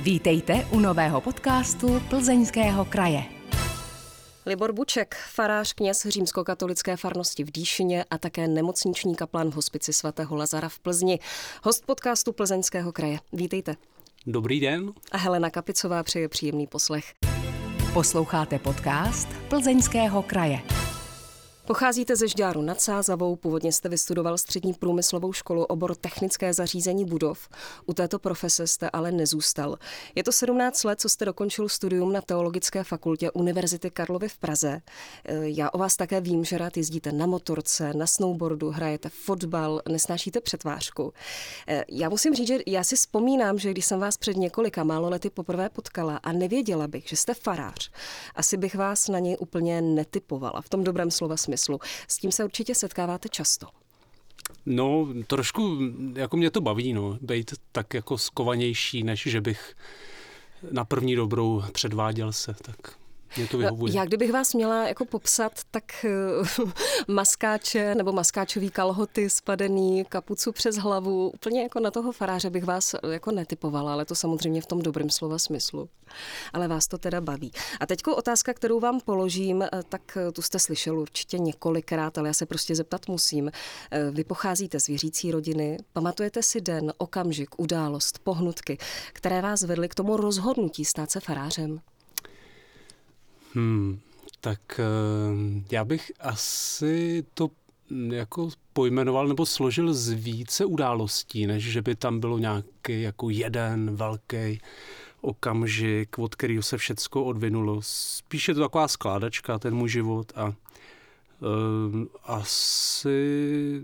Vítejte u nového podcastu Plzeňského kraje. Libor Buček, farář, kněz římskokatolické farnosti v Dýšině a také nemocniční kaplan v hospici svatého Lazara v Plzni. Host podcastu Plzeňského kraje. Vítejte. Dobrý den. A Helena Kapicová přeje příjemný poslech. Posloucháte podcast Plzeňského kraje. Pocházíte ze Žďáru nad Sázavou, původně jste vystudoval střední průmyslovou školu, obor technické zařízení budov. U této profese jste ale nezůstal. Je to 17 let, co jste dokončil studium na Teologické fakultě Univerzity Karlovy v Praze. Já o vás také vím, že rád jezdíte na motorce, na snowboardu, hrajete fotbal, nesnášíte přetvářku. Já musím říct, že já si vzpomínám, že když jsem vás před několika málo lety poprvé potkala a nevěděla bych, že jste farář, asi bych vás na něj úplně netypovala, v tom dobrém slova smyslu. S tím se určitě setkáváte často. No, trošku jako mě to baví, být tak jako skovanější, než že bych na první dobrou předváděl se, tak mě to vyhovuje. Já kdybych vás měla jako popsat, tak maskáče nebo maskáčový kalhoty, spadený, kapucu přes hlavu, úplně jako na toho faráře bych vás jako netypovala, ale to samozřejmě v tom dobrém slova smyslu. Ale vás to teda baví. A teďko otázka, kterou vám položím, tak tu jste slyšel určitě několikrát, ale já se prostě zeptat musím. Vy pocházíte z věřící rodiny, pamatujete si den, okamžik, událost, pohnutky, které vás vedly k tomu rozhodnutí stát se farářem? Tak já bych asi to jako pojmenoval nebo složil z více událostí, než že by tam bylo nějaký jako jeden velký okamžik, od kterého se všecko odvinulo. Spíš je to taková skládačka, ten můj život a asi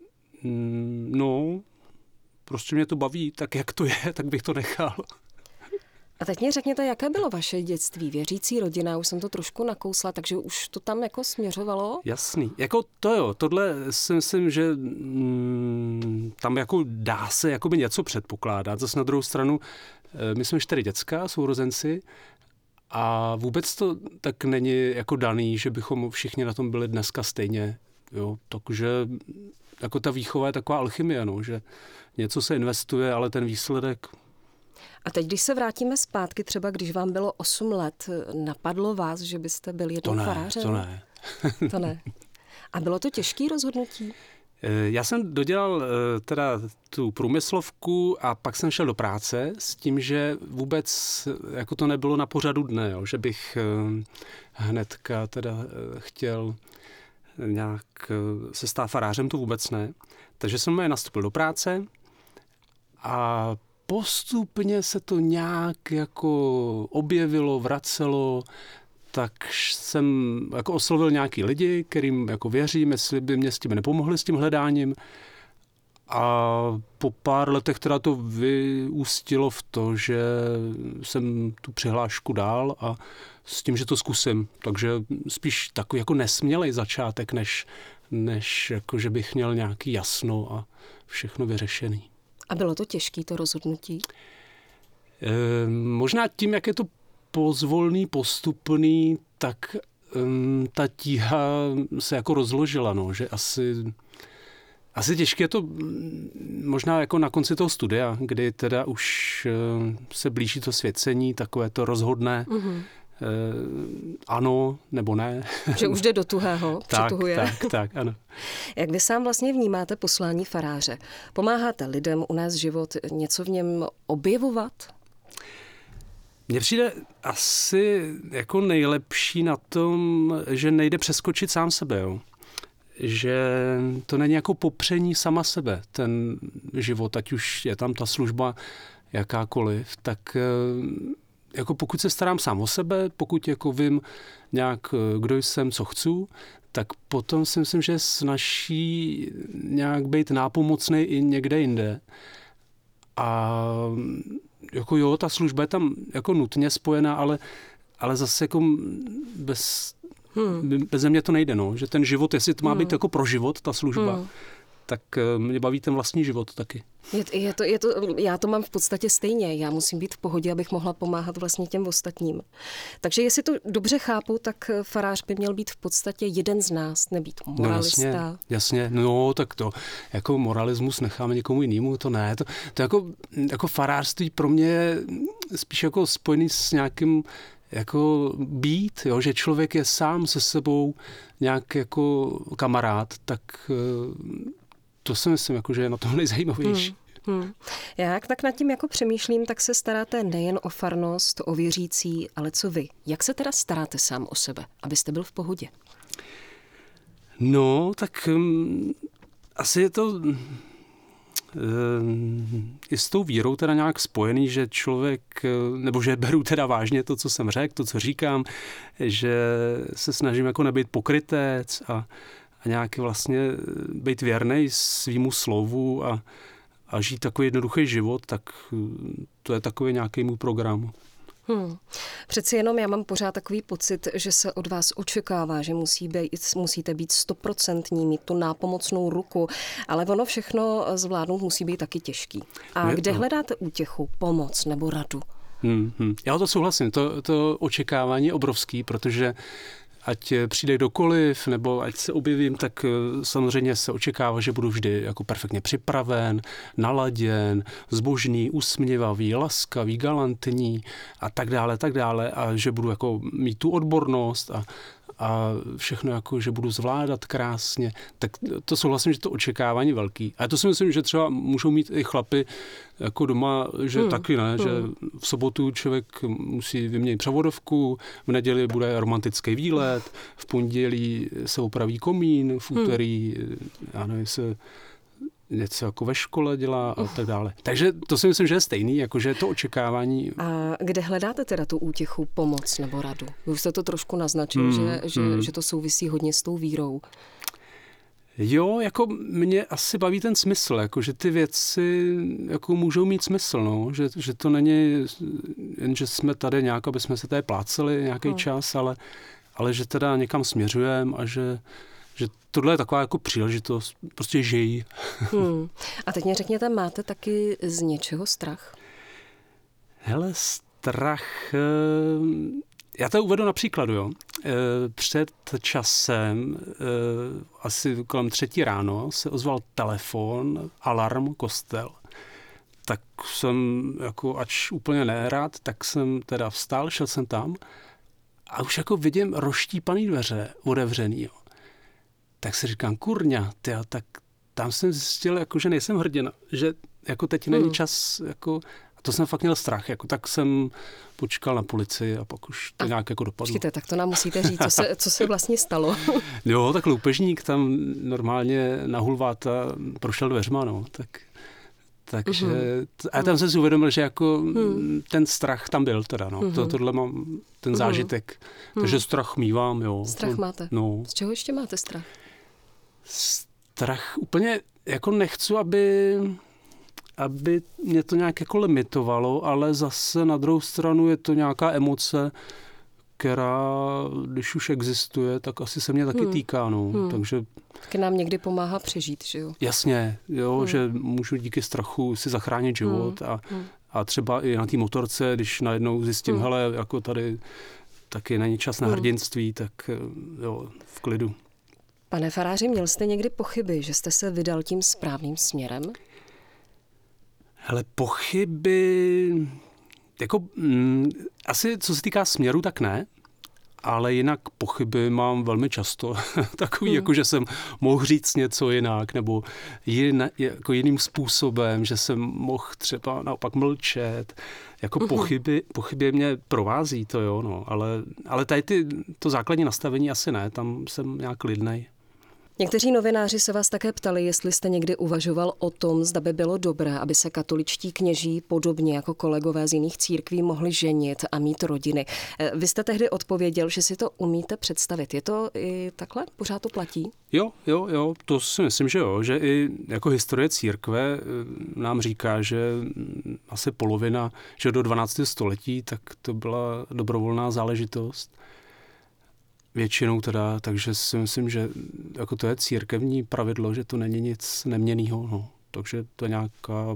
prostě mě to baví, tak jak to je, tak bych to nechal. A teď mě řekněte, jaké bylo vaše dětství? Věřící rodina, už jsem to trošku nakousla, takže už to tam jako směřovalo? Jasný. Jako to jo, tohle si myslím, že tam jako dá se jakoby něco předpokládat. Zase na druhou stranu, my jsme 4 děcka, sourozenci, a vůbec to tak není jako daný, že bychom všichni na tom byli dneska stejně. Jo, takže jako ta výchova je taková alchymie, že něco se investuje, ale ten výsledek... A teď, když se vrátíme zpátky, třeba když vám bylo 8 let, napadlo vás, že byste byl jednou farářem? To ne. To ne. A bylo to těžké rozhodnutí? Já jsem dodělal teda tu průmyslovku a pak jsem šel do práce s tím, že vůbec jako to nebylo na pořadu dne, že bych hnedka teda chtěl nějak se stát farářem, to vůbec ne. Takže jsem nastoupil do práce a postupně se to nějak jako objevilo, vracelo, tak jsem jako oslovil nějaký lidi, kterým jako věřím, jestli by mě s tím nepomohli s tím hledáním. A po pár letech teda to vyústilo v to, že jsem tu přihlášku dal a s tím, že to zkusím. Takže spíš takový jako nesmělej začátek, než jako, že bych měl nějaký jasno a všechno vyřešený. A bylo to těžké, to rozhodnutí? Možná tím, jak je to pozvolný, postupný, tak ta tíha se jako rozložila, že asi těžké je to možná jako na konci toho studia, kdy teda už se blíží to svěcení, takové to rozhodné, ano nebo ne. Že už jde do tuhého, přituhuje. Tak, ano. Jak vy sám vlastně vnímáte poslání faráře? Pomáháte lidem unést život, něco v něm objevovat? Mně přijde asi jako nejlepší na tom, že nejde přeskočit sám sebe, že to není jako popření sama sebe, ten život, ať už je tam ta služba jakákoliv, tak jako pokud se starám sám o sebe, pokud jako vím nějak, kdo jsem, co chci, tak potom si myslím, že je snazší nějak být nápomocný i někde jinde. A jako jo, ta služba je tam jako nutně spojená, ale zase jako bez mě to nejde, že ten život, jestli to má být jako pro život, ta služba, tak mě baví ten vlastní život taky. Já to mám v podstatě stejně. Já musím být v pohodě, abych mohla pomáhat vlastně těm ostatním. Takže jestli to dobře chápu, tak farář by měl být v podstatě jeden z nás, nebýt moralista. No jasně. No tak to jako moralismus necháme někomu jinému, to ne. To jako farářství pro mě je spíš jako spojený s nějakým jako být, jo, že člověk je sám se sebou nějak jako kamarád, tak to si myslím, jako, že je na tom nejzajímavější. Já jak tak nad tím jako přemýšlím, tak se staráte nejen o farnost, o věřící, ale co vy? Jak se teda staráte sám o sebe, abyste byl v pohodě? No, tak asi je to i s tou vírou teda nějak spojený, že člověk, nebo že beru teda vážně to, co jsem řekl, to, co říkám, že se snažím jako nebýt pokrytec a nějak vlastně být věrnej svýmu slovu a žít takový jednoduchý život, tak to je takový nějaký můj program. Přeci jenom já mám pořád takový pocit, že se od vás očekává, že musíte být 100%, mít tu nápomocnou ruku, ale ono všechno zvládnout musí být taky těžký. A kde hledáte útěchu, pomoc nebo radu? Já to souhlasím, to očekávání je obrovský, protože ať přijde kdokoliv, nebo ať se objevím, tak samozřejmě se očekává, že budu vždy jako perfektně připraven, naladěn, zbožný, usměvavý, laskavý, galantní a tak dále a že budu jako mít tu odbornost a všechno jako, že budu zvládat krásně, tak to souhlasím, že to očekávání je velký. A to si myslím, že třeba můžou mít i chlapi jako doma, že taky ne, že v sobotu člověk musí vyměnit převodovku, v neděli bude romantický výlet, v pondělí se opraví komín, v úterý, já nevím, se něco jako ve škole dělá a tak dále. Takže to si myslím, že je stejný, jakože to očekávání. A kde hledáte teda tu útěchu, pomoc nebo radu? Vy už jste to trošku naznačil, že to souvisí hodně s tou vírou. Jo, jako mě asi baví ten smysl, jako že ty věci jako můžou mít smysl, no, že to není jen, že jsme tady nějak, aby jsme se tady pláceli nějaký čas, ale že teda někam směřujeme a že tohle je taková jako příležitost, prostě žij. A teď mě řekněte, máte taky z něčeho strach? Hele, strach... Já to uvedu na příkladu, jo. Před časem, asi kolem 3 ráno, se ozval telefon, alarm, kostel. Tak jsem, jako ač úplně nehrát, tak jsem teda vstal, šel jsem tam a už jako vidím rozštípaný dveře, otevřený, jo. Tak si říkám, kurňa, tak tam jsem zjistil, jako, že nejsem hrdina, že jako teď není čas, jako, a to jsem fakt měl strach, jako, tak jsem počkal na policii a pak už to nějak jako dopadlo. Počkejte, tak to nám musíte říct, co se vlastně stalo. Jo, tak loupežník tam normálně na hulváta prošel dveřma, no, takže, a tam jsem si uvědomil, že jako ten strach tam byl teda, no, tohle mám, ten zážitek, takže strach mívám, jo. Strach máte? No. Z čeho ještě máte strach? Strach úplně, jako nechci, aby mě to nějak jako limitovalo, ale zase na druhou stranu je to nějaká emoce, která, když už existuje, tak asi se mě taky týká, no. Takže... Taky nám někdy pomáhá přežít, že jo? Jasně, jo, že můžu díky strachu si zachránit život a třeba i na té motorce, když najednou zjistím, hele, jako tady taky není čas na hrdinství, tak jo, v klidu. Pane faráři, měl jste někdy pochyby, že jste se vydal tím správným směrem? Hele, pochyby... Jako, asi co se týká směru, tak ne, ale jinak pochyby mám velmi často. Takový, jako že jsem mohl říct něco jinak, nebo jako jiným způsobem, že jsem mohl třeba naopak mlčet. Jako pochyby mě provází, to jo, no, ale tady to základní nastavení asi ne, tam jsem nějak klidnej. Někteří novináři se vás také ptali, jestli jste někdy uvažoval o tom, zda by bylo dobré, aby se katoličtí kněží podobně jako kolegové z jiných církví mohli ženit a mít rodiny. Vy jste tehdy odpověděl, že si to umíte představit. Je to i takhle? Pořád to platí? Jo, to si myslím, že jo, že i jako historie církve nám říká, že asi polovina, že do 12. století, tak to byla dobrovolná záležitost. Většinou teda, takže si myslím, že jako to je církevní pravidlo, že to není nic neměnnýho, no. Takže to je nějaká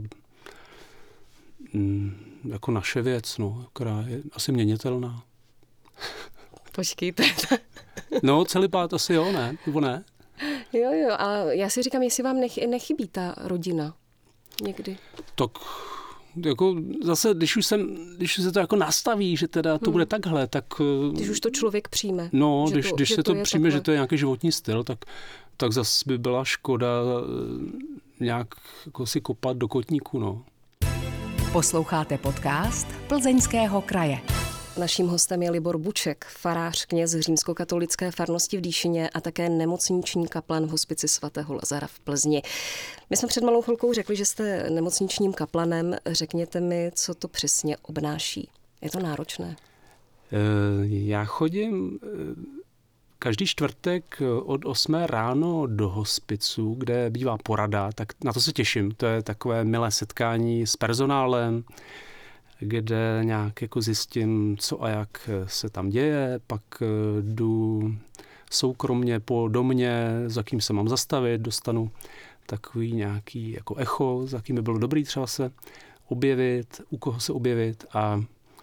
jako naše věc, no, která je asi měnitelná. Počkejte. No, celibát asi jo, ne? Nebo ne? Jo, a já si říkám, jestli vám nechybí ta rodina někdy. Tak jako zase, když už se to jako nastaví, že teda to bude takhle, tak... Když už to člověk přijme. No, když se to přijme, takhle. že to je nějaký životní styl, tak zase by byla škoda nějak jako si kopat do kotníku, no. Posloucháte podcast Plzeňského kraje. Naším hostem je Libor Buček, farář, kněz římskokatolické farnosti v Dýšině a také nemocniční kaplan v hospici svatého Lazara v Plzni. My jsme před malou chvilkou řekli, že jste nemocničním kaplanem. Řekněte mi, co to přesně obnáší. Je to náročné? Já chodím každý čtvrtek od 8 ráno do hospicu, kde bývá porada, tak na to se těším. To je takové milé setkání s personálem, kde nějak jako zjistím, co a jak se tam děje, pak jdu soukromně po domě, za kým se mám zastavit, dostanu takový nějaký jako echo, za kým by bylo dobrý třeba se objevit, u koho se objevit a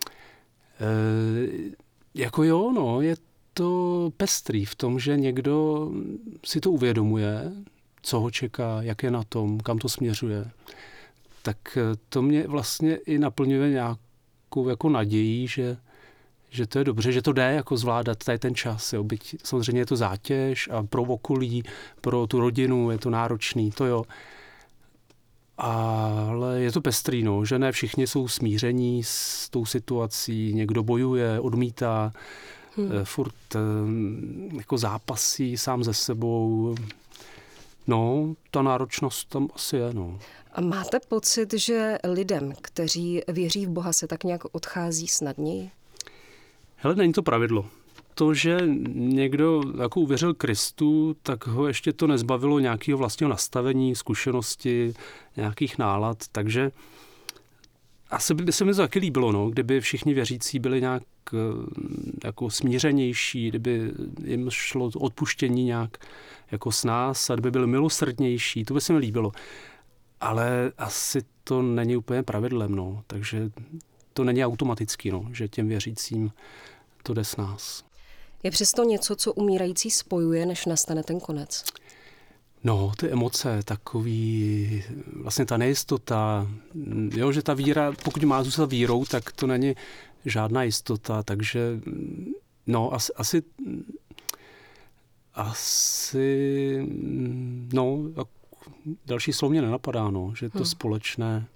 jako jo, no, je to pestrý v tom, že někdo si to uvědomuje, co ho čeká, jak je na tom, kam to směřuje. Tak to mě vlastně i naplňuje nějakou jako nadějí, že to je dobře, že to jde jako zvládat tady ten čas. Jo. Byť samozřejmě je to zátěž a pro okolí, pro tu rodinu je to náročný, to jo. Ale je to pestrý, no, že ne všichni jsou smíření s tou situací, někdo bojuje, odmítá, furt jako zápasí sám se sebou. No, ta náročnost tam asi je, no. A máte pocit, že lidem, kteří věří v Boha, se tak nějak odchází snadněji? Hele, není to pravidlo. To, že někdo jako uvěřil Kristu, tak ho ještě to nezbavilo nějakého vlastního nastavení, zkušenosti, nějakých nálad, takže asi by se mi to taky líbilo, no, kdyby všichni věřící byli nějak jako smířenější, kdyby jim šlo odpuštění nějak jako s nás a kdyby byli milosrdnější, to by se mi líbilo. Ale asi to není úplně pravidlem, no, takže to není automatický, no, že těm věřícím to jde s nás. Je přesto něco, co umírající spojuje, než nastane ten konec? No, ty emoce, takový, vlastně ta nejistota, jo, že ta víra, pokud má zůstat vírou, tak to není žádná jistota, takže no, asi, no, další slovo mě nenapadá, no, že to společné.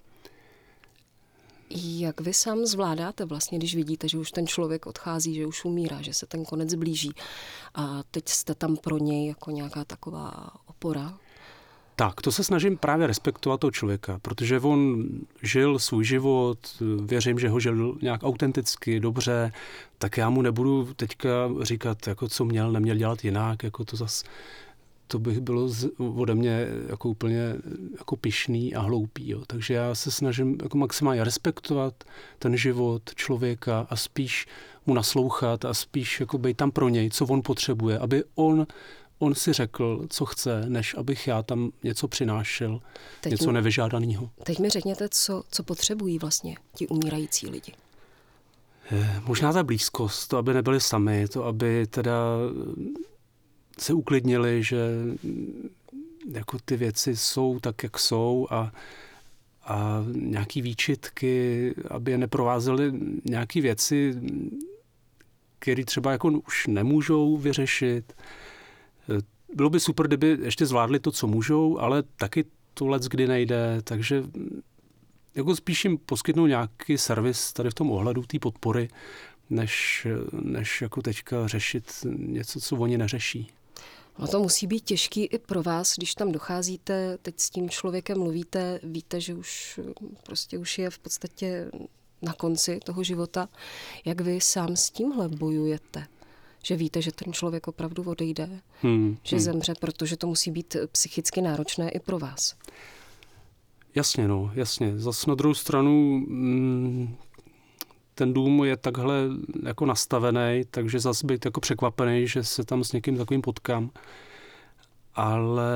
Jak vy sám zvládáte vlastně, když vidíte, že už ten člověk odchází, že už umírá, že se ten konec blíží a teď jste tam pro něj jako nějaká taková opora? Tak, to se snažím právě respektovat toho člověka, protože on žil svůj život, věřím, že ho žil nějak autenticky, dobře, tak já mu nebudu teďka říkat, jako co měl, neměl dělat jinak, jako to zas, to bych bylo ode mě jako úplně jako pyšný a hloupý. Jo. Takže já se snažím jako maximálně respektovat ten život člověka a spíš mu naslouchat a spíš jako být tam pro něj, co on potřebuje, aby on si řekl, co chce, než abych já tam něco přinášel, něco nevyžádaného. Teď mi řekněte, co potřebují vlastně ti umírající lidi. Možná ta blízkost, to, aby nebyli sami, to, aby teda se uklidnili, že jako ty věci jsou tak, jak jsou a nějaký výčitky, aby je neprovázely nějaký věci, které třeba jako už nemůžou vyřešit. Bylo by super, kdyby ještě zvládli to, co můžou, ale taky to leckdy nejde, takže jako spíš jim poskytnou nějaký servis tady v tom ohledu té podpory, než jako teďka řešit něco, co oni neřeší. No to musí být těžký i pro vás, když tam docházíte, teď s tím člověkem mluvíte, víte, že už je v podstatě na konci toho života. Jak vy sám s tímhle bojujete? Že víte, že ten člověk opravdu odejde, že zemře, protože to musí být psychicky náročné i pro vás. Jasně, no, jasně. Zas na druhou stranu ten dům je takhle jako nastavený, takže zase být jako překvapený, že se tam s někým takovým potkám. Ale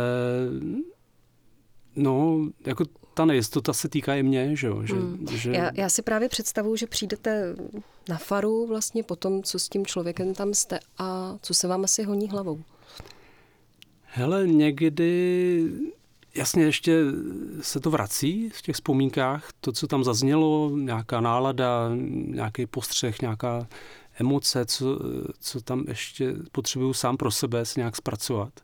no, jako ta nejistota se týká i mě, že jo. Já si právě představuju, že přijdete na faru vlastně po tom, co s tím člověkem tam jste a co se vám asi honí hlavou. Hele, někdy, jasně ještě se to vrací v těch vzpomínkách, to, co tam zaznělo, nějaká nálada, nějaký postřeh, nějaká emoce, co tam ještě potřebuju sám pro sebe si nějak zpracovat.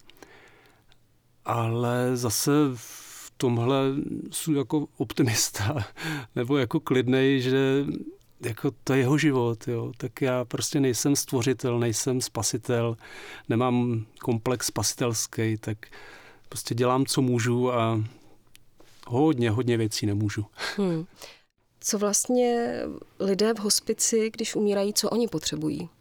Ale zase v tomhle jsou jako optimista, nebo jako klidnej, že jako to je jeho život, jo. Tak já prostě nejsem stvořitel, nejsem spasitel, nemám komplex spasitelský, tak prostě dělám, co můžu a hodně věcí nemůžu. Co vlastně lidé v hospici, když umírají, co oni potřebují?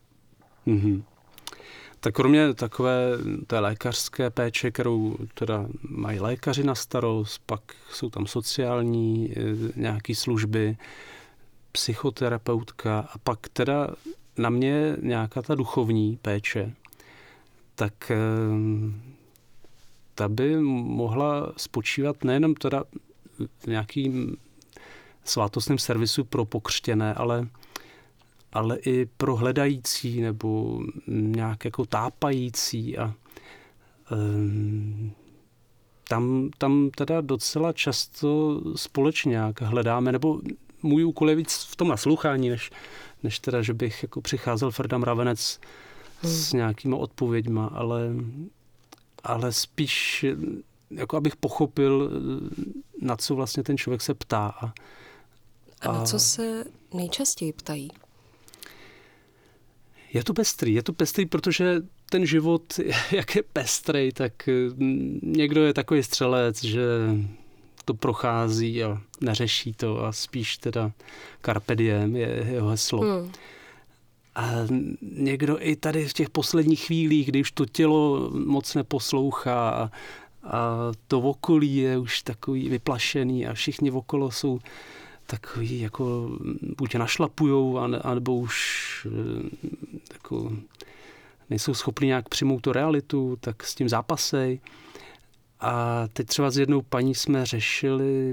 Tak kromě takové té lékařské péče, kterou teda mají lékaři na starost, pak jsou tam sociální nějaké služby, psychoterapeutka a pak teda na mě nějaká ta duchovní péče, tak ta by mohla spočívat nejenom teda v nějakým svátostném servisu pro pokřtěné, ale i pro hledající nebo nějak jako tápající a tam teda docela často společně nějak hledáme, nebo můj úkol je víc v tom naslouchání, než teda, že bych jako přicházel Ferda Mravenec s nějakýma odpověďma, ale spíš jako abych pochopil, na co vlastně ten člověk se ptá. A na co se nejčastěji ptají? Je to pestrý, protože ten život, jak je pestrej, tak někdo je takový střelec, že to prochází a neřeší to a spíš teda carpe diem je jeho heslo. A někdo i tady v těch posledních chvílích, kdy už to tělo moc neposlouchá a to okolí je už takový vyplašený a všichni okolo jsou takový jako buď našlapujou, anebo už jako nejsou schopni nějak přijmout tu realitu, tak s tím zápasej. A teď třeba s jednou paní jsme řešili,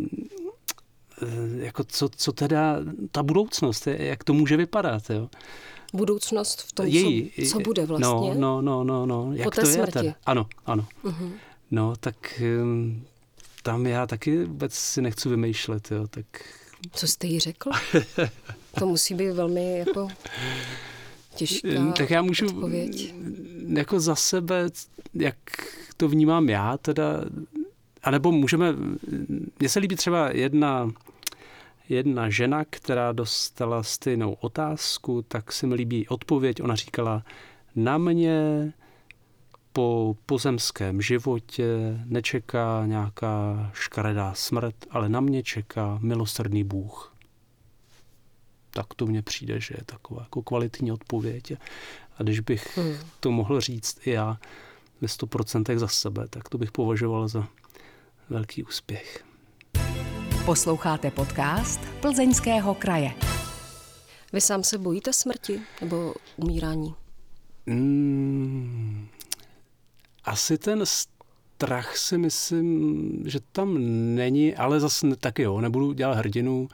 jako co teda ta budoucnost, jak to může vypadat. Jo? Budoucnost v tom, co bude vlastně? No. Jak po té to smrti. Je teda? Ano. No, tak tam já taky vůbec si nechci vymýšlet. Jo? Tak... Co jste jí řekl? To musí být velmi jako těžká tak já můžu odpověď. Jako za sebe, jak to vnímám já, teda, anebo mně se líbí třeba jedna žena, která dostala stejnou otázku, tak se mi líbí odpověď. Ona říkala, na mě po pozemském životě nečeká nějaká škaredá smrt, ale na mě čeká milosrdný Bůh. Tak to mně přijde, že je taková jako kvalitní odpověď. A když bych to mohl říct i já ve 100% za sebe, tak to bych považoval za velký úspěch. Posloucháte podcast Plzeňského kraje. Vy sám se bojíte smrti nebo umírání? Asi ten strach si myslím, že tam není, ale zase taky nebudu dělat hrdinu.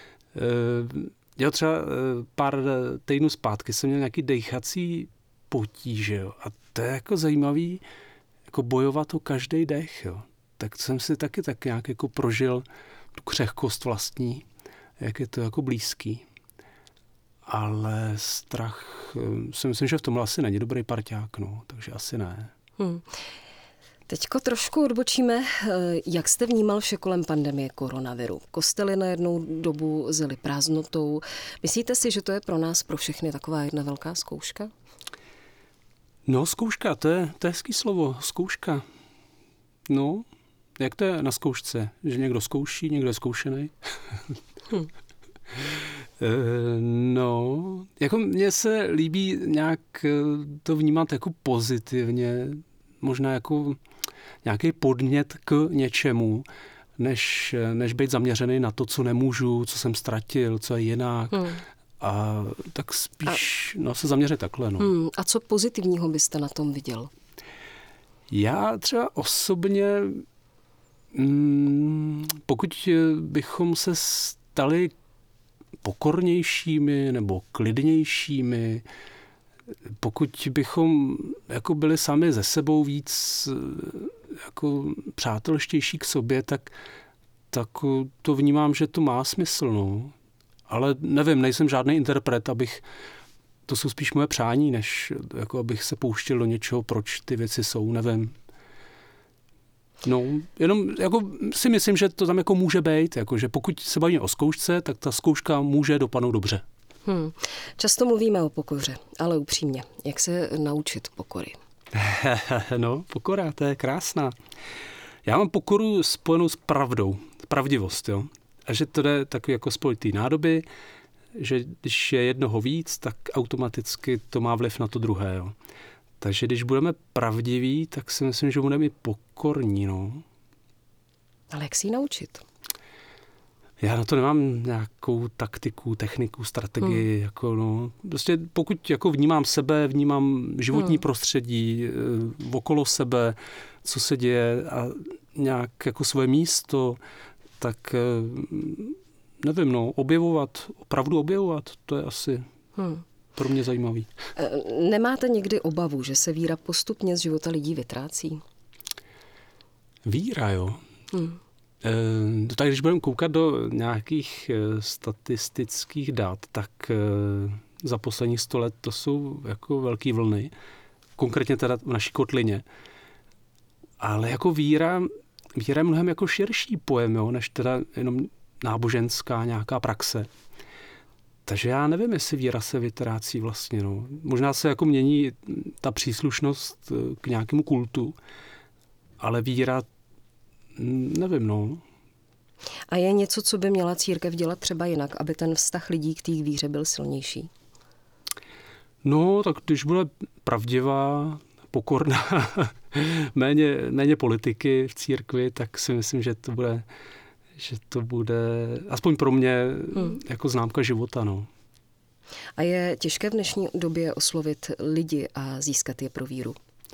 Já třeba pár týdnů zpátky jsem měl nějaký dejchací potíže, jo. A to je jako zajímavý, jako bojovat o každý dech, jo. Tak jsem si taky tak nějak jako prožil tu křehkost vlastní, jak je to jako blízký. Ale strach, si myslím, že v tomhle asi není dobrý parťák, no, takže asi ne. Teďko trošku odbočíme. Jak jste vnímal vše kolem pandemie koronaviru? Kostely na jednou dobu zely prázdnotou. Myslíte si, že to je pro nás, pro všechny taková jedna velká zkouška? No, zkouška, to je hezký slovo, zkouška. No, jak to je na zkoušce? Že někdo zkouší, někdo je zkoušený? No, jako mně se líbí nějak to vnímat jako pozitivně, možná jako nějaký podnět k něčemu, než být zaměřený na to, co nemůžu, co jsem ztratil, co je jinak. A tak spíš se zaměřit takhle. No. A co pozitivního byste na tom viděl? Já třeba osobně, pokud bychom se stali pokornějšími nebo klidnějšími, pokud bychom jako byli sami ze sebou víc jako přátelštější k sobě, tak to vnímám, že to má smysl. No. Ale nevím, nejsem žádný interpret, to jsou spíš moje přání, než jako abych se pouštěl do něčeho, proč ty věci jsou, nevím. No, jenom jako si myslím, že to tam jako může být, jako, že pokud se bavíme o zkoušce, tak ta zkouška může dopadnout dobře. Často mluvíme o pokoře, ale upřímně, jak se naučit pokory? No, pokora, to je krásná. Já mám pokoru spojenou s pravdou, pravdivost, jo. A že to jde takový jako spojitý nádoby, že když je jednoho víc, tak automaticky to má vliv na to druhé, jo. Takže když budeme pravdiví, tak si myslím, že budeme i pokorní, no. Ale jak si ji naučit? Já na to nemám nějakou taktiku, techniku, strategii, jako no. Prostě pokud jako vnímám sebe, vnímám životní prostředí, okolo sebe, co se děje a nějak jako svoje místo, tak nevím, no, opravdu objevovat, to je asi pro mě zajímavý. Nemáte někdy obavu, že se víra postupně z života lidí vytrácí? Víra, jo. Tak když budeme koukat do nějakých statistických dat, tak za posledních 100 let to jsou jako velké vlny, konkrétně teda v naší kotlině. Ale jako víra je mnohem jako širší pojem, jo, než teda jenom náboženská nějaká praxe. Takže já nevím, jestli víra se vytrácí vlastně. No. Možná se jako mění ta příslušnost k nějakému kultu, ale víra, nevím, no. A je něco, co by měla církev dělat třeba jinak, aby ten vztah lidí k té víře byl silnější? No, tak když bude pravdivá, pokorná, méně politiky v církvi, tak si myslím, že to bude aspoň pro mě jako známka života, no. A je těžké v dnešní době oslovit lidi a získat je pro víru?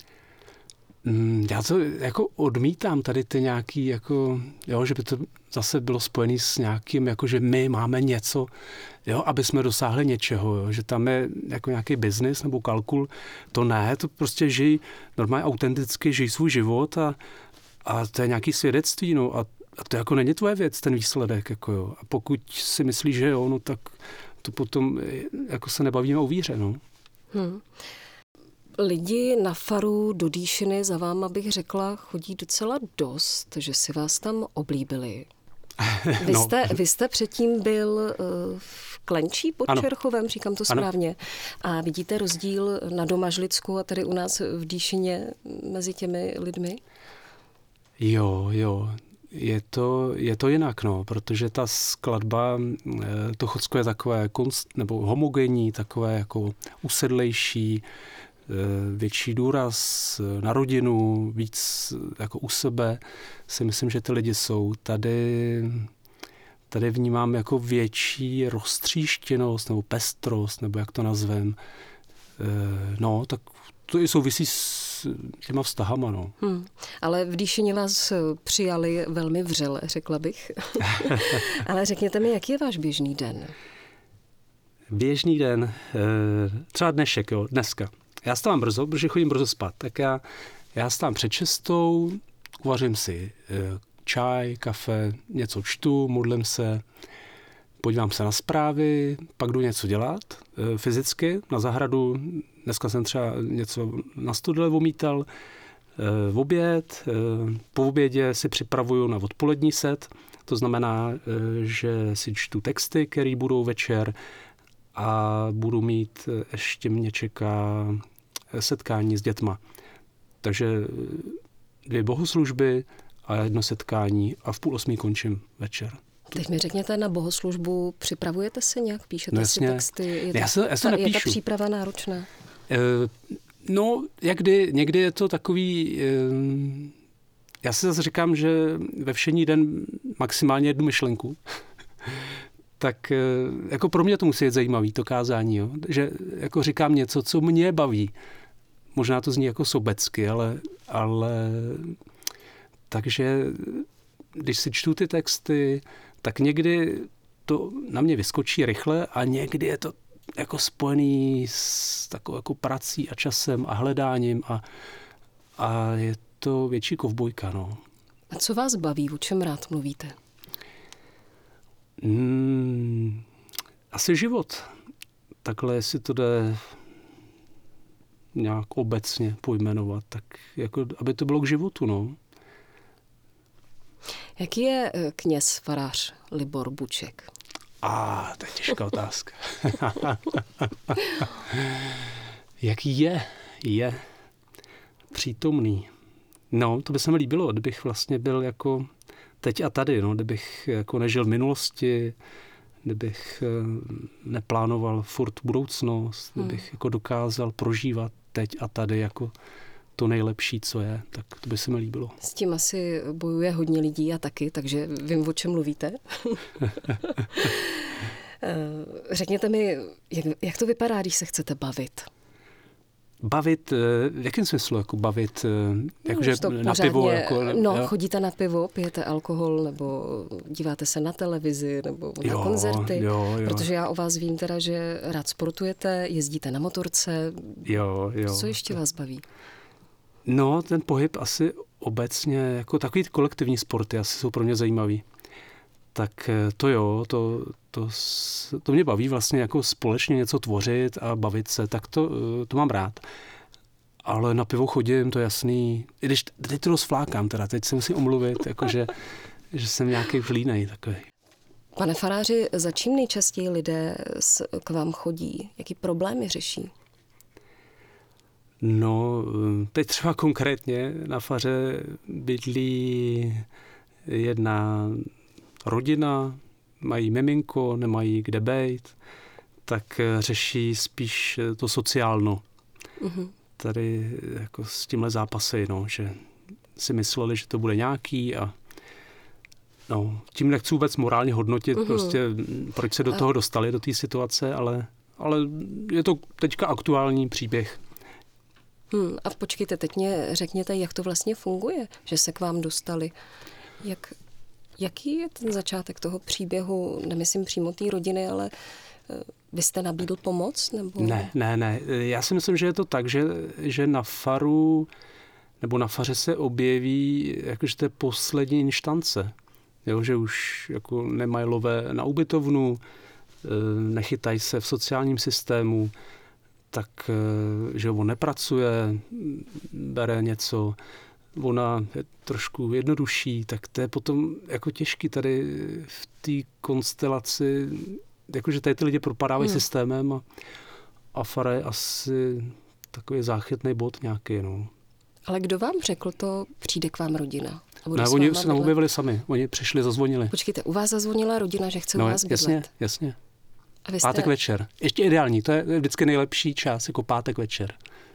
Já to jako odmítám tady ty nějaký, jako, jo, že by to zase bylo spojené s nějakým, jako, že my máme něco, jo, aby jsme dosáhli něčeho, jo, že tam je jako nějaký biznis nebo kalkul. To ne, to prostě normálně autenticky žij svůj život a to je nějaký svědectví, no, a to jako není tvoje věc, ten výsledek, jako jo. A pokud si myslíš, že jo, no tak to potom jako se nebavíme o víře, no. Lidi na faru do Dýšiny za váma, bych řekla, chodí docela dost, že si vás tam oblíbili. Vy jste předtím byl v Klenčí pod Čerchovem, říkám to správně. Ano. A vidíte rozdíl na Domažlicku a tady u nás v Dýšině mezi těmi lidmi? Jo. Je to jinak, no, protože ta skladba, to Chocko je takové nebo homogenní, takové jako usedlejší, větší důraz na rodinu, víc jako u sebe. Si myslím, že ty lidi jsou. Tady vnímám jako větší roztříštěnost nebo pestrost, nebo jak to nazvem. No, tak to i souvisí s těma vztahama, no. Ale v Dýšině vás přijali velmi vřele, řekla bych. Ale řekněte mi, jaký je váš běžný den? Běžný den, třeba dneska. Já stávám brzo, protože chodím brzo spát, tak já stávám před 6, uvařím si čaj, kafe, něco čtu, modlím se, podívám se na zprávy, pak jdu něco dělat fyzicky na zahradu. Dneska jsem třeba něco na studle omítal, v oběd. Po obědě si připravuju na odpolední set, to znamená, že si čtu texty, které budou večer a budu mít, ještě mě čeká setkání s dětma. Takže 2 bohoslužby a 1 setkání a v 7:30 končím večer. Teď mi řekněte, na bohoslužbu připravujete se nějak? Píšete si texty? Já se nepíšu. Je ta příprava náročná? No, někdy je to takový... Já si zase říkám, že ve všední den maximálně 1 myšlenku. tak jako pro mě to musí být zajímavý, to kázání, jo? Že jako říkám něco, co mě baví. Možná to zní jako sobecky, ale takže když si čtu ty texty, tak někdy to na mě vyskočí rychle a někdy je to jako spojený s takovou jako prací a časem a hledáním a je to větší kovbojka, no. A co vás baví, o čem rád mluvíte? Asi život. Takhle, jestli to jde nějak obecně pojmenovat, tak jako, aby to bylo k životu, no. Jaký je kněz farář Libor Buček? To je těžká otázka. Jaký je? Je přítomný. No, to by se mi líbilo, kdybych vlastně byl jako teď a tady, no, kdybych jako nežil v minulosti, kdybych neplánoval furt budoucnost, kdybych jako dokázal prožívat teď a tady jako to nejlepší, co je, tak to by se mi líbilo. S tím asi bojuje hodně lidí a taky, takže vím, o čem mluvíte. Řekněte mi, jak to vypadá, když se chcete bavit? Bavit, v jakém smyslu jako bavit? Jakože na pivo? Chodíte na pivo, pijete alkohol, nebo díváte se na televizi, nebo na koncerty? Jo. Protože já o vás vím teda, že rád sportujete, jezdíte na motorce. Jo. Co ještě vás baví? No, ten pohyb asi obecně, jako takový kolektivní sporty asi jsou pro mě zajímavý. Tak to jo, to mě baví vlastně jako společně něco tvořit a bavit se, tak to mám rád. Ale na pivo chodím, to je jasný. I když teď to rozflákám teda, teď se musím omluvit, jakože, že jsem nějaký vlínej takový. Pane faráři, za čím nejčastěji lidé k vám chodí? Jaký problémy řeší? No, teď třeba konkrétně na faře bydlí jedna rodina, mají miminko, nemají kde bejt, tak řeší spíš to sociálno. Tady jako s tímhle zápasy, no, že si mysleli, že to bude nějaký a no, tím nechci vůbec morálně hodnotit, prostě proč se do toho dostali, do té situace, ale je to teďka aktuální příběh. A počkejte, teď mě řekněte, jak to vlastně funguje, že se k vám dostali. Jaký je ten začátek toho příběhu, nemyslím přímo té rodiny, ale vy jste nabídl pomoc? Nebo? Ne. Já si myslím, že je to tak, že na faru nebo na faře se objeví jakože to je poslední inštance. Jo, že už jako nemají lové na ubytovnu, nechytají se v sociálním systému, tak, že on nepracuje, bere něco, ona je trošku jednodušší, tak to je potom jako těžký tady v té konstelaci, jakože tady ty lidi propadávají systémem a fara je asi takový záchytný bod nějaký, no. Ale kdo vám řekl to, přijde k vám rodina? Ne, oni se nám objevili sami, oni přišli, zazvonili. Počkejte, u vás zazvonila rodina, že chce u vás bydlet? Jasně. A vy jste... Pátek večer. Ještě ideální, to je vždycky nejlepší čas, jako pátek večer.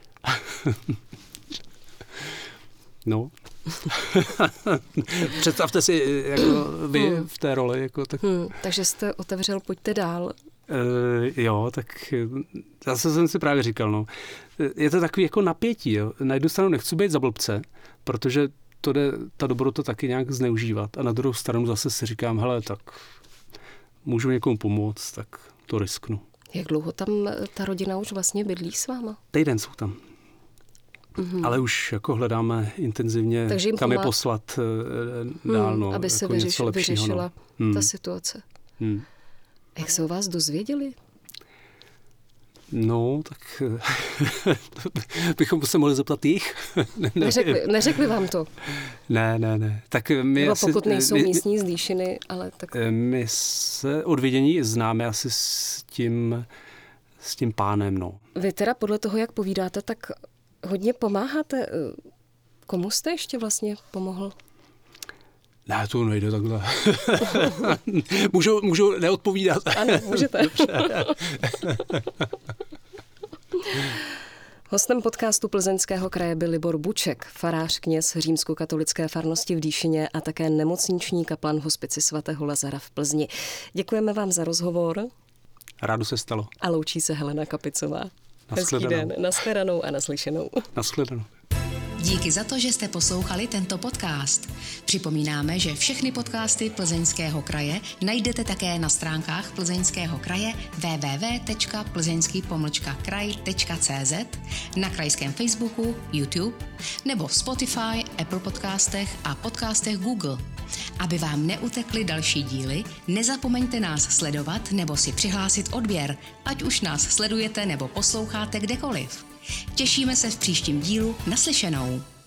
No. Představte si, jako vy v té roli. Jako, tak... Takže jste otevřel, pojďte dál. Jo, tak zase jsem si právě říkal, no. Je to takový jako napětí, jo. Na jednu stranu nechci být za blbce, protože to jde ta dobrota taky nějak zneužívat. A na druhou stranu zase si říkám, hele, tak můžu někomu pomoct, tak to risknu. Jak dlouho tam ta rodina už vlastně bydlí s váma? Týden jsou tam. Ale už jako hledáme intenzivně, kam je poslat dál, no, aby se jako vyřešila ta situace. Jak se o vás dozvěděli? No, tak bychom se mohli zeptat jich. Neřekli vám to? Ne. Tak my nebo asi, pokud nejsou místní z Líšiny, ale tak... My se od vidění známe asi s tím pánem, no. Vy teda podle toho, jak povídáte, tak hodně pomáháte. Komu jste ještě vlastně pomohl? Ne, to nejde takhle. můžu neodpovídat. Ano, můžete. Hostem podcastu Plzeňského kraje byl Libor Buček, farář, kněz římskokatolické farnosti v Dýšině a také nemocniční kaplan v hospici svatého Lazara v Plzni. Děkujeme vám za rozhovor. Rádu se stalo. A loučí se Helena Kapicová. Hezký den, nashledanou a naslyšenou. Nashledanou. Díky za to, že jste poslouchali tento podcast. Připomínáme, že všechny podcasty Plzeňského kraje najdete také na stránkách Plzeňského kraje www.plzeňský-kraj.cz, na krajském Facebooku, YouTube nebo v Spotify, Apple podcastech a podcastech Google. Aby vám neutekly další díly, nezapomeňte nás sledovat nebo si přihlásit odběr, ať už nás sledujete nebo posloucháte kdekoliv. Těšíme se v příštím dílu. Naslyšenou.